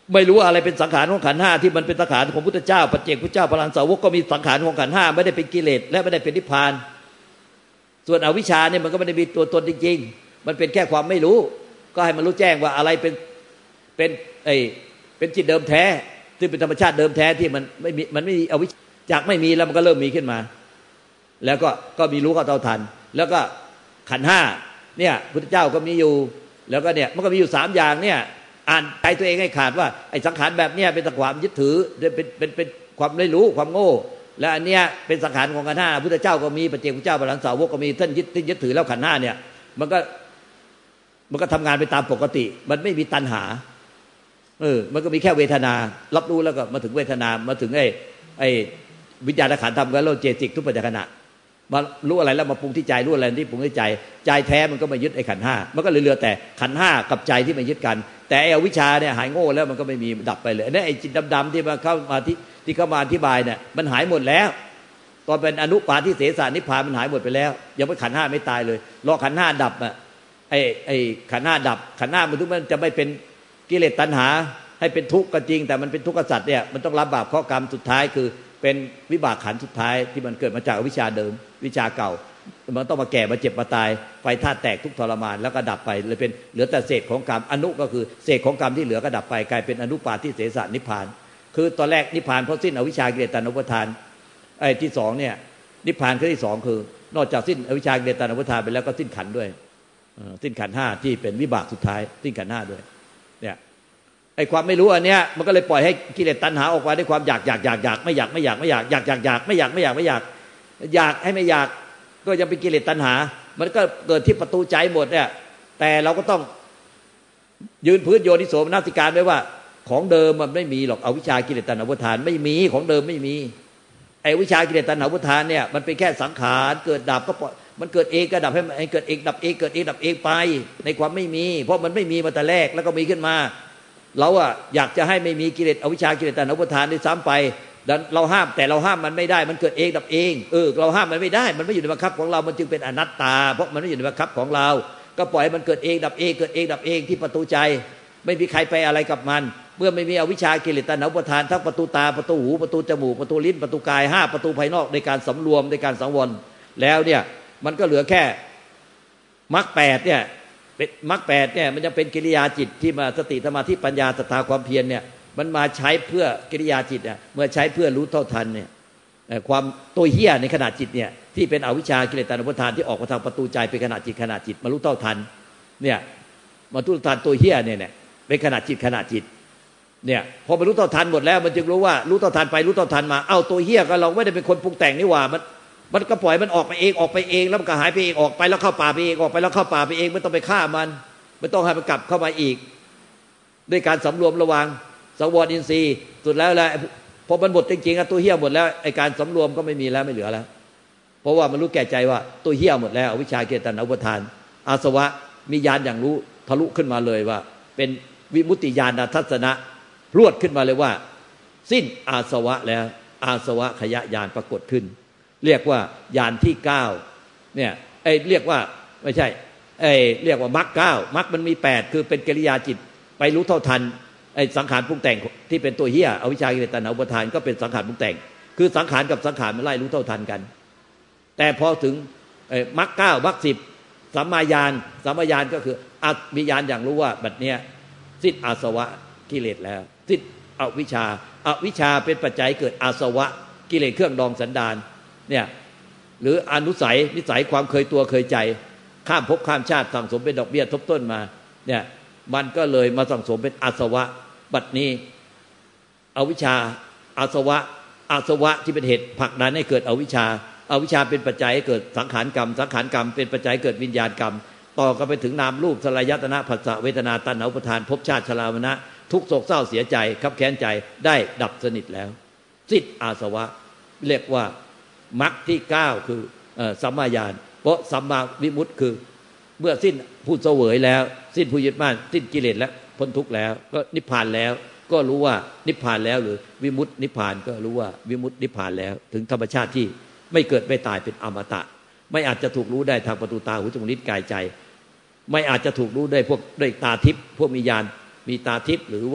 ไม่รู้อะไรเป็นสังขารของขันธ์ห้าที่มันเป็นสังขารของพุทธเจ้าปัจเจกพุทธเจ้าพระอรหันตสาวกก็มีสังขารของขันธ์ห้าไม่ได้เป็นกิเลสและไม่ได้เป็นนิพพานส่วนอวิชชาเนี่ยมันก็ไม่ได้มีตัวตนจริงๆมันเป็นแค่ความไม่รู้ก็ให้มันรู้แจ้งว่าอะไรเป็นเป็นไอเป็นจิตเดิมแท้ที่เป็นธรรมชาติเดิมแท้ที่มันไม่มีมันไม่มีอวิชจากไม่มีแล้วมันก็เริ่มมีขึ้นมาแล้วก็ก็มีรู้เข้าเท่าทันแล้วก็ขันธ์ห้าเนี่ยพุทธเจ้าก็มีอยู่แล้วก็เนี่ยมันก็มีอยู่สามอย่างเนี่ยอ่านใจตัวเองให้ขาดว่าไอ้สังขารแบบเนี้ยเป็นความยึดถือเป็นเป็นเป็นความไม่รู้ความโง่และอันเนี้ยเป็นสังขารของขันธ์ห้าพุทธเจ้าก็มีปัจเจกพุทธเจ้าพระอรหันตสาวกก็มีท่านยึดยึดถือแล้วขันธ์ห้าเนี่ยมันก็มันก็ทำงานไปตามปกติมันไม่มีตัณหาเออมันก็มีแค่เวทนารับรู้แล้วก็มาถึงเวทนามาถึงไอ้ไอ้วิญญาณขันธ์ทำกันแล้วเจติกทุกปัจจุบันมารู้อะไรแล้วมาปรุงที่ใจรู้อะไรที่ปรุงที่ใจใจแท้มันก็มายึดไอ้ขันธ์ห้ามันก็เหลือแต่ขันธ์ห้ากับใจที่มายึดกันแต่ไอ้อวิชชาเนี่ยหายโง่แล้วมันก็ไม่มีดับไปเลยนี่ไอ้จิตดำๆที่มาเข้ามาที่ที่เข้ามาอธิบายเนี่ยมันหายหมดแล้วตอนเป็นอนุปาทิเสสนิพพานมันหายหมดไปแล้วยังไม่ขันธ์ห้าไม่ตายเลยรอขันธ์ห้าดับอ่ะไอ้ไอ้ขันธ์ห้าดับขันธ์ห้ามันทุกมันจะไม่เป็นกิเลสตัณหาให้เป็นทุกข์ก็จริงแต่มันเป็นทุกข์สัตว์เนี่ยมันต้องรับบาปข้อกรรมสุดท้ายคือเป็นวิบากขันธ์สุดท้ายที่มันเกิดมาจากวิชาเดิมวิชาเก่ามันต้องมาแก่มาเจ็บมาตายไฟธาตุแตกทุกทรมานแล้วก็ดับไปเลยเป็นเหลือแต่เศษของกรรมอนุก็คือเศษของกรรมที่เหลือก็ดับไปกลายเป็นอนุปาทิเสสนิพพานคือตอนแรกนิพพานเพราะสิ้นอวิชชากิเลสตัณหาอุปาทานไอ้ที่สองเนี่ยนิพพานคือที่สองคือนอกจากสิ้นอวิชชากิเลสตัณหาอุปาทานไปแล้วก็สิ้นขันธ์ด้วยสิ้นขันธ์ห้าที่เป็นวิบากสุดท้ายสิ้นขันธ์ห้าด้วยเนี่ยไอ้ความไม่รู้อันเนี้ยมันก็เลยปล่อยให้กิเลสตัณหาออกมาด้วยความอยากอยากอยากอยากไม่อยากไม่อยากไม่อยากอยากอยากอยากไม่อยากไม่อยากไม่อยากอยากให้ไม่อยากก็ยังเป็นกิเลสตัณหามันก็เกิดที่ประตูใจหมดเนี่ยแต่เราก็ต้องยืนพื้นโยนิโสมนสิการไว้ว่าของเดิมมันไม่มีหรอกเอาวิชากิเลสตัณหาอุปาทานไม่มีของเดิมไม่มีไอ้วิชากิเลสตัณหาอุปาทานเนี่ยมันเป็นแค่สังขารเกิดดับก็ปล่อยมันเกิดเองก็ดับให้มันเกิดเองดับเองเกิดเองดับเองไปในความไม่มีเพราะมันไม่มีมาแต่แรกแล้วก็มีขึ้นมาเราอะอยากจะให้ไม่มีกิเลสอวิชชากิเลสตัณหาอุปาทานด้วยซ้ำไปเราห้ามแต่เราห้ามมันไม่ได้มันเกิดเองดับเองเออเราห้ามมันไม่ได้มันไม่อยู่ในบังคับของเรามันจึงเป็นอนัตตาเพราะมันไม่อยู่ในบังคับของเราก็ปล่อยให้มันเกิดเองดับเองเกิดเองดับเองที่ประตูใจไม่มีใครไปอะไรกับมันเมื่อไม่มีอวิชชากิเลสตัณหาอุปาทานทั้งประตูตาประตูหูประตูจมูกประตูลิ้นประตูกายห้าประตูภายนอกในการสำรวมในการสังวรแล้วเนี่ยมันก็เหลือแค่มรรคแปดเนี่ยมรรคแปดเนี่ยมันจะเป็นกิริยาจิตที่มาสติสมาธิปัญญาศรัทธาความเพียรเนี่ยมันมาใช้เพื่อกิริยาจิตเนี่ยเมื่อใช้เพื่อรู้เท่าทันเนี่ยความตัวเหี้ยในขณะจิตเนี่ยที่เป็นอวิชชากิเลสตัณหาอุปาทานที่ออกมาทางประตูใจเป็นขณะจิตขณะจิตมารู้เท่าทันเนี่ยมารู้เท่าทันตัวเหี้ยเนี่ยเนี่ยเป็นขณะจิตขณะจิตเนี่ยพอมารู้เท่าทันหมดแล้วมันจึงรู้ว่ารู้เท่าทันไปรู้เท่าทันมาเอ้าตัวเหี้ยก็เราไม่ได้เป็นคนปรุงแต่งนี่หว่ามันมันก็ปล่อยมันออกไปเองออกไปเองแล้วมันก็หายไปเองออกไปแล้วเข้าป่าไปเองออกไปแล้วเข้าป่าไปเองไม่ต้องไปฆ่ามันไม่ต้องให้มันกลับเข้ามาอีกด้วยการสำรวมระวังสังวรอินทรีย์สุดแล้วแหละพอมันหมดจริงๆตัวเหี้ยหมดแล้วไอ้การสำรวมก็ไม่มีแล้วไม่เหลือแล้วเพราะว่ามันรู้แก่ใจว่าตัวเหี้ยหมดแล้วอวิชชากิเลสตัณหาอุปาทานอาสวะมีญาณอย่างรู้ทะลุขึ้นมาเลยว่าเป็นวิมุตติญาณทัศนะพรวดขึ้นมาเลยว่าสิ้นอาสวะแล้วอาสวะขยะญาณปรากฏขึ้นเรียกว่าญาณที่เก้าเนี่ยไอ้เรียกว่าไม่ใช่ไอ้เรียกว่ามรรคเก้ามรรคมันมีแปดคือเป็นกิริยาจิตไปรู้เท่าทันไอ้สังขารปรุงแต่งที่เป็นตัวเหี้ยอวิชชากิเลสตัณหาอุปาทานก็เป็นสังขารปรุงแต่งคือสังขารกับสังขารมันไล่รู้เท่าทันกันแต่พอถึงมรรคเก้ามรรคสิบสัมมาญาณสัมมาญาณก็คือมีญาณอย่างรู้ว่าบัดเนี้ยสิ้นอาสวะกิเลสแล้วสิ้นอวิชชาอวิชชาเป็นปัจจัยเกิดอาสวะกิเลสเครื่องดองสันดานเนี่ยหรืออนุสัยนิสัยความเคยตัวเคยใจข้ามภพข้ามชาติสั่งสมเป็นดอกเบี้ยทบต้นมาเนี่ยมันก็เลยมาสั่งสมเป็นอาสวะบัดนี้อวิชชาอาสวะอาสวะที่เป็นเหตุผลักดันให้เกิดอวิชชาอวิชชาเป็นปัจจัยให้เกิดสังขารกรรมสังขารกรรมเป็นปัจจัยเกิดวิญญาณกรรมต่อกันไปถึงนามรูปสลายยตนะผัสสะเวทนาตัณหาอุปาทานภพชาติชรามรณะทุกโศกเศร้าเสียใจคับแค้นใจได้ดับสนิทแล้วสิ้นอาสวะเรียกว่ามรรคที่เก้าคือสัมมาญาณเพราะสัมมาวิมุตติคือเมื่อสิ้นผู้เสวยแล้วสิ้นผู้ยึดมั่นสิ้นกิเลสและพ้นทุกข์แล้วก็นิพพานแล้วก็รู้ว่านิพพานแล้วหรือวิมุตตินิพพานก็รู้ว่าวิมุตตินิพพานแล้วถึงธรรมชาติที่ไม่เกิดไม่ตายเป็นอมตะไม่อาจจะถูกรู้ได้ทางประตูตาหูจมูกลิ้นกายใจไม่อาจจะถูกรู้ได้พวกด้วยตาทิพย์พวกมีญาณมีตาทิพย์หรือว่า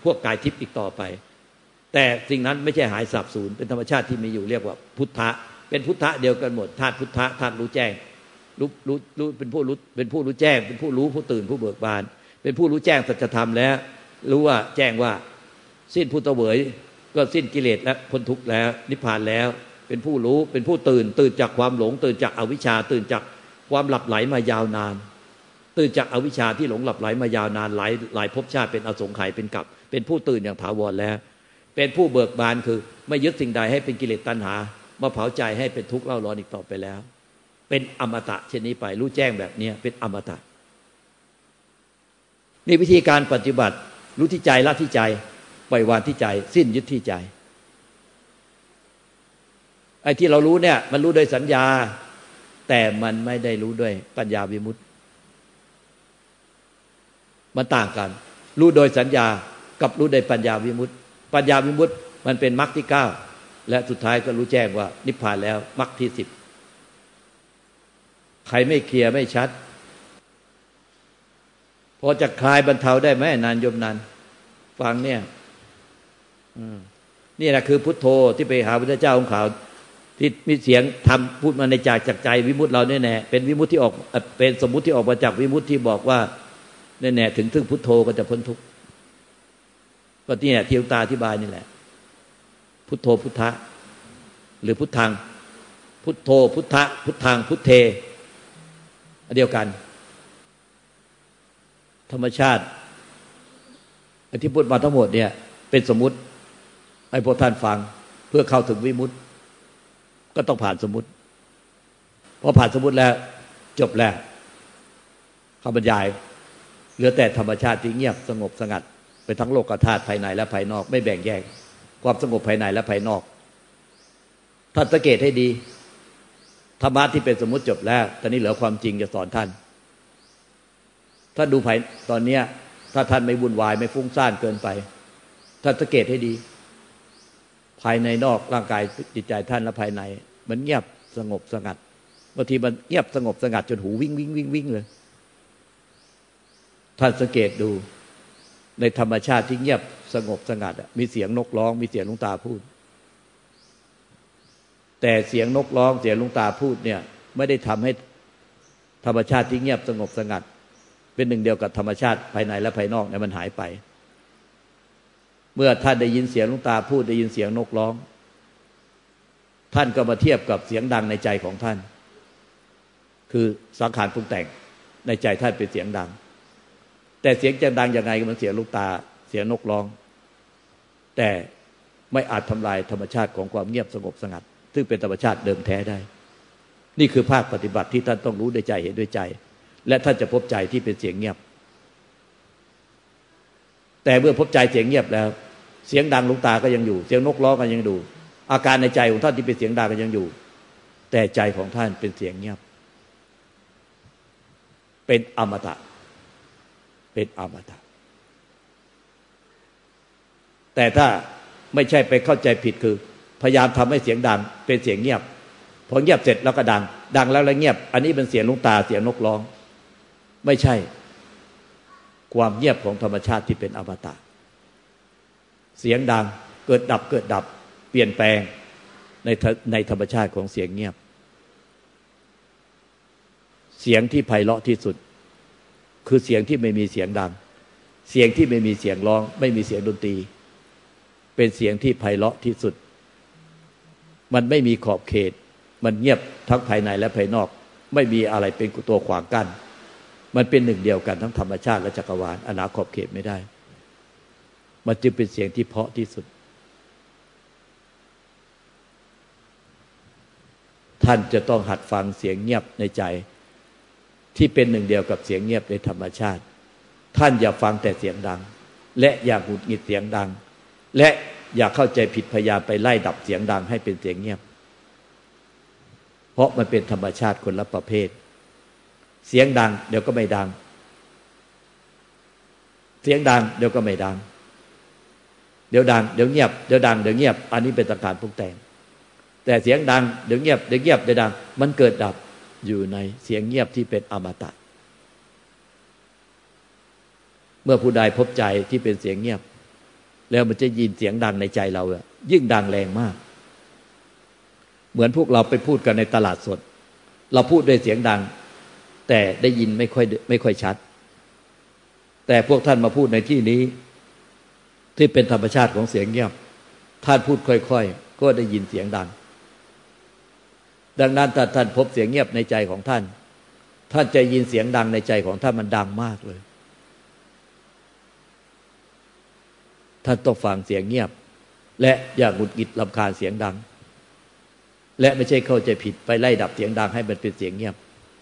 พวกกายทิพย์อีกต่อไปแต่สิ่งนั้นไม่ใช่หายสาบสูญเป็นธรรมชาติที่มีอยู่เรียกว่าพุทธะเป็นพุทธะเดียวกันหมดธาตุพุทธะธาตุรู้แจ้งรู้รู้รู้เป็นผู้รู้เป็นผู้รู้แจ้งเป็นผู้รู้ผู้ตื่นผู้เบิกบานเป็นผู้รู้แจ้งสัจธรรมแล้วรู้ว่าแจ้งว่าสิ้นผู้เสวยก็สิ้นกิเลสและพ้นทุกข์แล้วนิพพานแล้วเป็นผู้รู้เป็นผู้ตื่นตื่นจากความหลงตื่นจากอวิชชาตื่นจากความหลับไหลมายาวนานตื่นจากอวิชชาที่หลงหลับไหลมายาวนานหลายหลายภพชาติเป็นอสงไขยเป็นกลับเป็นผู้ตื่นอย่างถาวรแล้วเป็นผู้เบิกบานคือไม่ยึดสิ่งใดให้เป็นกิเลสตัณหามาเผาใจให้เป็นทุกข์เล่าร้อนอีกต่อไปแล้วเป็นอมตะเช่นนี้ไปรู้แจ้งแบบนี้เป็นอมตะนี่วิธีการปฏิบัติรู้ที่ใจละที่ใจปล่อยวางที่ใจสิ้นยึดที่ใจไอ้ที่เรารู้เนี่ยมันรู้โดยสัญญาแต่มันไม่ได้รู้ด้วยปัญญาวิมุตติมันต่างกันรู้โดยสัญญากับรู้โดยปัญญาวิมุตติปัญญาวิมุตติมันเป็นมรรคที่เก้าและสุดท้ายก็รู้แจ้งว่านิพพานแล้วมรรคที่สิบใครไม่เคลียร์ไม่ชัดพอจะคลายบรรเทาได้ไหมนานยมนานฟังเนี่ยนี่แหละคือพุทโธที่ไปหาพระพุทธเจ้าองค์ขาวที่มีเสียงทำพูดมาในจากจากใจวิมุตติเราแน่ๆเป็นวิมุตติที่ออกเป็นสมมุติที่ออกมาจากวิมุตติที่บอกว่าแน่ๆถึงถึงพุทโธก็จะพ้นทุกข์ก็นี่แหละที่หลวงตาอธิบายนี่แหละพุทโธพุทธะหรือพุทธังพุทโธพุทธะพุทธังพุทเทอันเดียวกันธรรมชาติที่พูดมาทั้งหมดเนี่ยเป็นสมมุติให้พวกท่านฟังเพื่อเข้าถึงวิมุตติก็ต้องผ่านสมมุติพอผ่านสมมุติแล้วจบแล้วคำบรรยายเหลือแต่ธรรมชาติที่เงียบสงบสงัดไปทั้งโลกธาตุภายในและภายนอกไม่แบ่งแยกความสงบภายในและภายนอกท่านสังเกตให้ดีธรรมะที่เป็นสมมุติจบแล้วตอนนี้เหลือความจริงจะสอนท่านท่านดูภายตอนนี้ถ้าท่านไม่วุ่นวายไม่ฟุ้งซ่านเกินไปท่านสังเกตให้ดีภายในนอกร่างกายจิตใจท่านและภายในมันเงียบสงบสงัดบางทีมันเงียบสงบสงัดจนหูวิ่งวิ่งวิ่งวิ่งเลยท่านสังเกตดูในธรรมชาติที่เงียบสงบสงัดมีเสียงนกร้องมีเสียงหลวงตาพูดแต่เสียงนกร้องเสียงหลวงตาพูดเนี่ยไม่ได้ทำให้ธรรมชาติที่เงียบสงบสงัดเป็นหนึ่งเดียวกับธรรมชาติภายในและภายนอกเนี่ยมันหายไปเมื่อท่านได้ยินเสียงหลวงตาพูดได้ยินเสียงนกร้องท่านก็มาเทียบกับเสียงดังในใจของท่านคือสังขารปรุงแต่งในใจท่านเป็นเสียงดังแต่เสียงจะดังยังไงก็มันเสียงลูกตาเสียงนกร้องแต่ไม่อาจทำลายธรรมชาติของความเงียบสงบสงัดซึ่งเป็นธรรมชาติเดิมแท้ได้นี่คือภาคปฏิบัติที่ท่านต้องรู้ด้วยใจเห็นด้วยใจและท่านจะพบใจที่เป็นเสียงเงียบแต่เมื่อพบใจเสียงเงียบแล้วเสียงดังลูกตาก็ยังอยู่เสียงนกร้องก็ยังดูอาการในใจของท่านที่เป็นเสียงดังก็ยังอยู่แต่ใจของท่านเป็นเสียงเงียบเป็นอมตะเป็นอมตะแต่ถ้าไม่ใช่ไปเข้าใจผิดคือพยายามทำให้เสียงดังเป็นเสียงเงียบพอเงียบเสร็จแล้วก็ดังดังแล้วแล้วเงียบอันนี้เป็นเสียงลูกตาเสียงนกร้องไม่ใช่ความเงียบของธรรมชาติที่เป็นอมตะเสียงดังเกิดดับเกิดดับเปลี่ยนแปลงในในธรรมชาติของเสียงเงียบเสียงที่ไพเราะที่สุดคือเสียงที่ไม่มีเสียงดังเสียงที่ไม่มีเสียงร้องไม่มีเสียงดนตรีเป็นเสียงที่ไพเราะที่สุดมันไม่มีขอบเขตมันเงียบทั้งภายในและภายนอกไม่มีอะไรเป็นตัวขวางกั้นมันเป็นหนึ่งเดียวกันทั้งธรรมชาติและจักรวาลอนาขอบเขตไม่ได้มันจึงเป็นเสียงที่เพราะที่สุดท่านจะต้องหัดฟังเสียงเงียบในใจที่เป็นหนึ่งเดียวกับเสียงเงียบในธรรมชาติท่านอย่าฟังแต่เสียงดังและอย่าหงุดหงิดเสียงดังและอย่าเข้าใจผิดพยายามไปไล่ดับเสียงดังให้เป็นเสียงเงียบเพราะมันเป็นธรรมชาติคนละประเภทเสียงดังเดี๋ยวก็ไม่ดังเสียงดังเดี๋ยวก็ไม่ดังเดี๋ยวดังเดี๋ยวเงียบเดี๋ยวดังเดี๋ยวเงียบอันนี้เป็นสังขารปรุงแต่งแต่เสียงดังเดี๋ยวเงียบเดี๋ยวเงียบเดี๋ยวดังมันเกิดดับอยู่ในเสียงเงียบที่เป็นอมตะเมื่อผู้ใดพบใจที่เป็นเสียงเงียบแล้วมันจะยินเสียงดังในใจเราอะยิ่งดังแรงมากเหมือนพวกเราไปพูดกันในตลาดสดเราพูดด้วยเสียงดังแต่ได้ยินไม่ค่อยไม่ค่อยชัดแต่พวกท่านมาพูดในที่นี้ที่เป็นธรรมชาติของเสียงเงียบท่านพูดค่อยๆก็ได้ยินเสียงดังดังนั้นถ้าท่านพบเสียงเงียบในใจของท่านท่านจะยินเสียงดังในใจของท่านมันดังมากเลยท่านต้องฟังเสียงเงียบและอย่าหงุดหงิดรำคาญเสียงดังและไม่ใช่เข้าใจผิดไปไล่ดับเสียงดังให้มันเป็นเสียงเงียบ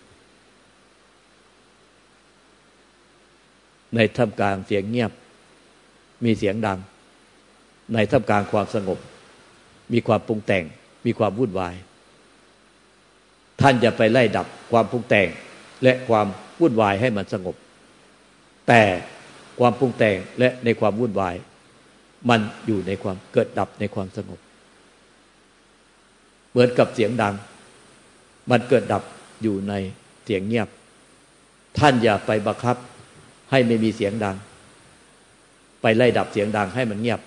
ในท่ามกลางเสียงเงียบมีเสียงดังในท่ามกลางความสงบมีความปรุงแต่งมีความวุ่นวายท่านอย่าไปไล่ดับความปรุงแต่งและความวุ่นวายให้มันสงบแต่ความปรุงแต่งและในความวุ่นวายมันอยู่ในความเกิดดับในความสงบเหมือนกับเสียงดังมันเกิดดับอยู่ในเสียงเงียบท่านอย่าไปบังคับให้ไม่มีเสียงดังไปไล่ดับเสียงดังให้มันเงียบ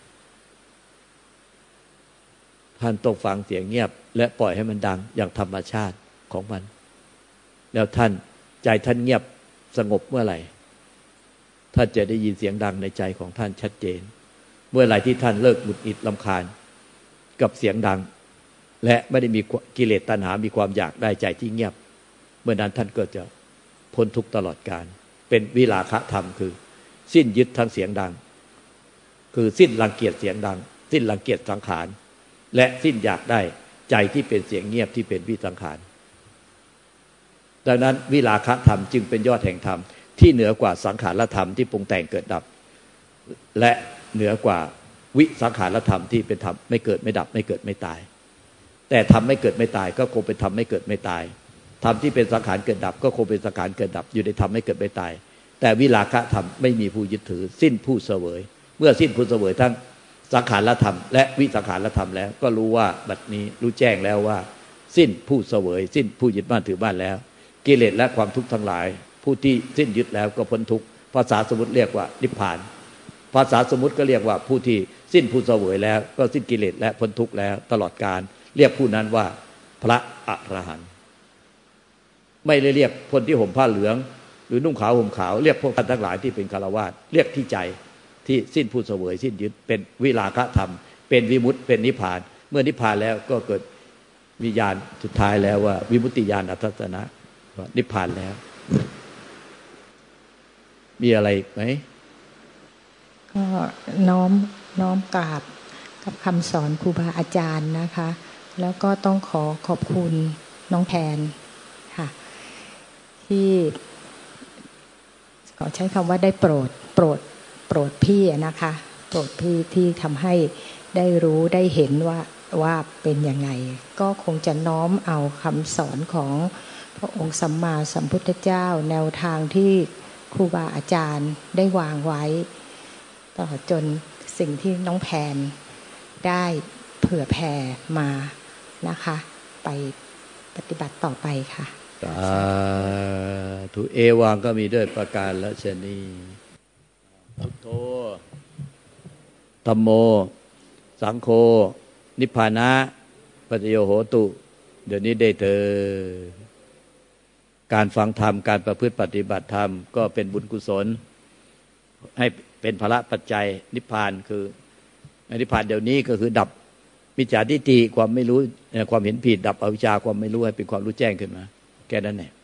ท่านต้องฟังเสียงเงียบและปล่อยให้มันดังอย่างธรรมชาติของมันแล้วท่านใจท่านเงียบสงบเมื่อไหร่ท่านจะได้ยินเสียงดังในใจของท่านชัดเจนเมื่อไหร่ที่ท่านเลิกหงุดหงิดรำคาญกับเสียงดังและไม่ได้มีกิเลสตัณหามีความอยากได้ใจที่เงียบเมื่อนั้นท่านก็จะพ้นทุกข์ตลอดกาลเป็นวิราคะธรรมคือสิ้นยึดทั้งเสียงดังคือสิ้นรังเกียจเสียงดังสิ้นรังเกียจสังขารและสิ้นอยากได้ใจที่เป็นเสียงเงียบที่เป็นวิสังขารดังนั้นวิราคะธรรมจึงเป็นยอดแห่งธรรมที่เหนือกว่าสังขารธรรมที่ปรุงแต่งเกิดดับและเหนือกว่าวิสังขารธรรมที่เป็นธรรมไม่เกิดไม่ดับไม่เกิดไม่ตายแต่ธรรมไม่เกิดไม่ตายก็คงเป็นธรรมไม่เกิดไม่ตายธรรมที่เป็นสังขารเกิดดับก็คงเป็นสังขารเกิดดับอยู่ในธรรมไม่เกิดไม่ตายแต่วิราคะธรรมไม่มีผู้ยึดถือสิ้นผู้เสวยเมื่อสิ้นผู้เสวยทั้งสังขารธรรมและวิสังขารธรรมแล้วก็รู้ว่าบัดนี้รู้แจ้งแล้วว่าสิ้นผู้เสวยสิ้นผู้ยึดมั่นถือมั่นแล้วกิเลสและความทุกข์ทั้งหลายผู้ที่สิ้นยึดแล้วก็พ้นทุกข์ภาษาสมมุติเรียกว่านิพพานภาษาสมมุติก็เรียกว่าผู้ที่สิ้นผู้เสวยแล้วก็สิ้นกิเลสและพ้นทุกข์แล้วตลอดกาลเรียกผู้นั้นว่าพระอรหันต์ไม่ได้เรียกคนที่ห่มผ้าเหลืองหรือนุ่งขาวห่มขาวเรียกพวกท่านทั้งหลายที่เป็นฆราวาสเรียกที่ใจที่สิ้นผู้เสวยสิ้นยึดเป็นวิราคะธรรมเป็นวิมุตติเป็นนิพพานเมื่อนิพพานแล้วก็เกิดวิญญาณสุดท้ายแล้วว่าวิมุตติญาณทัศนะนิพพานแล้วมีอะไรไหมก็น้อมน้อมกราบกับคำสอนครูบาอาจารย์นะคะแล้วก็ต้องขอขอบคุณน้องแพนค่ะที่ขอใช้คำว่าได้โปรดโปรดโปรดพี่นะคะโปรดพี่ที่ทำให้ได้รู้ได้เห็นว่าว่าเป็นยังไงก็คงจะน้อมเอาคำสอนของพระองค์สัมมาสัมพุทธเจ้าแนวทางที่ครูบาอาจารย์ได้วางไว้ต่อจนสิ่งที่น้องแพนได้เผื่อแผ่มานะคะไปปฏิบัติต่อไปค่ะสาธุเอวังก็มีด้วยประการละชนีพุทโธธัมโมสังโฆนิพพานะปัจจโยโหตุเดี๋ยวนี้ได้เธอการฟังธรรมการประพฤติปฏิบัติธรรมก็เป็นบุญกุศลให้เป็นภละปัจจัยนิพพานคือนิพพานเดี๋ยวนี้ก็คือดับมิจฉาทิฏฐิความไม่รู้ความเห็นผิดดับอวิชชาความไม่รู้ให้เป็นความรู้แจ้งขึ้นมาแค่นั้นแหละ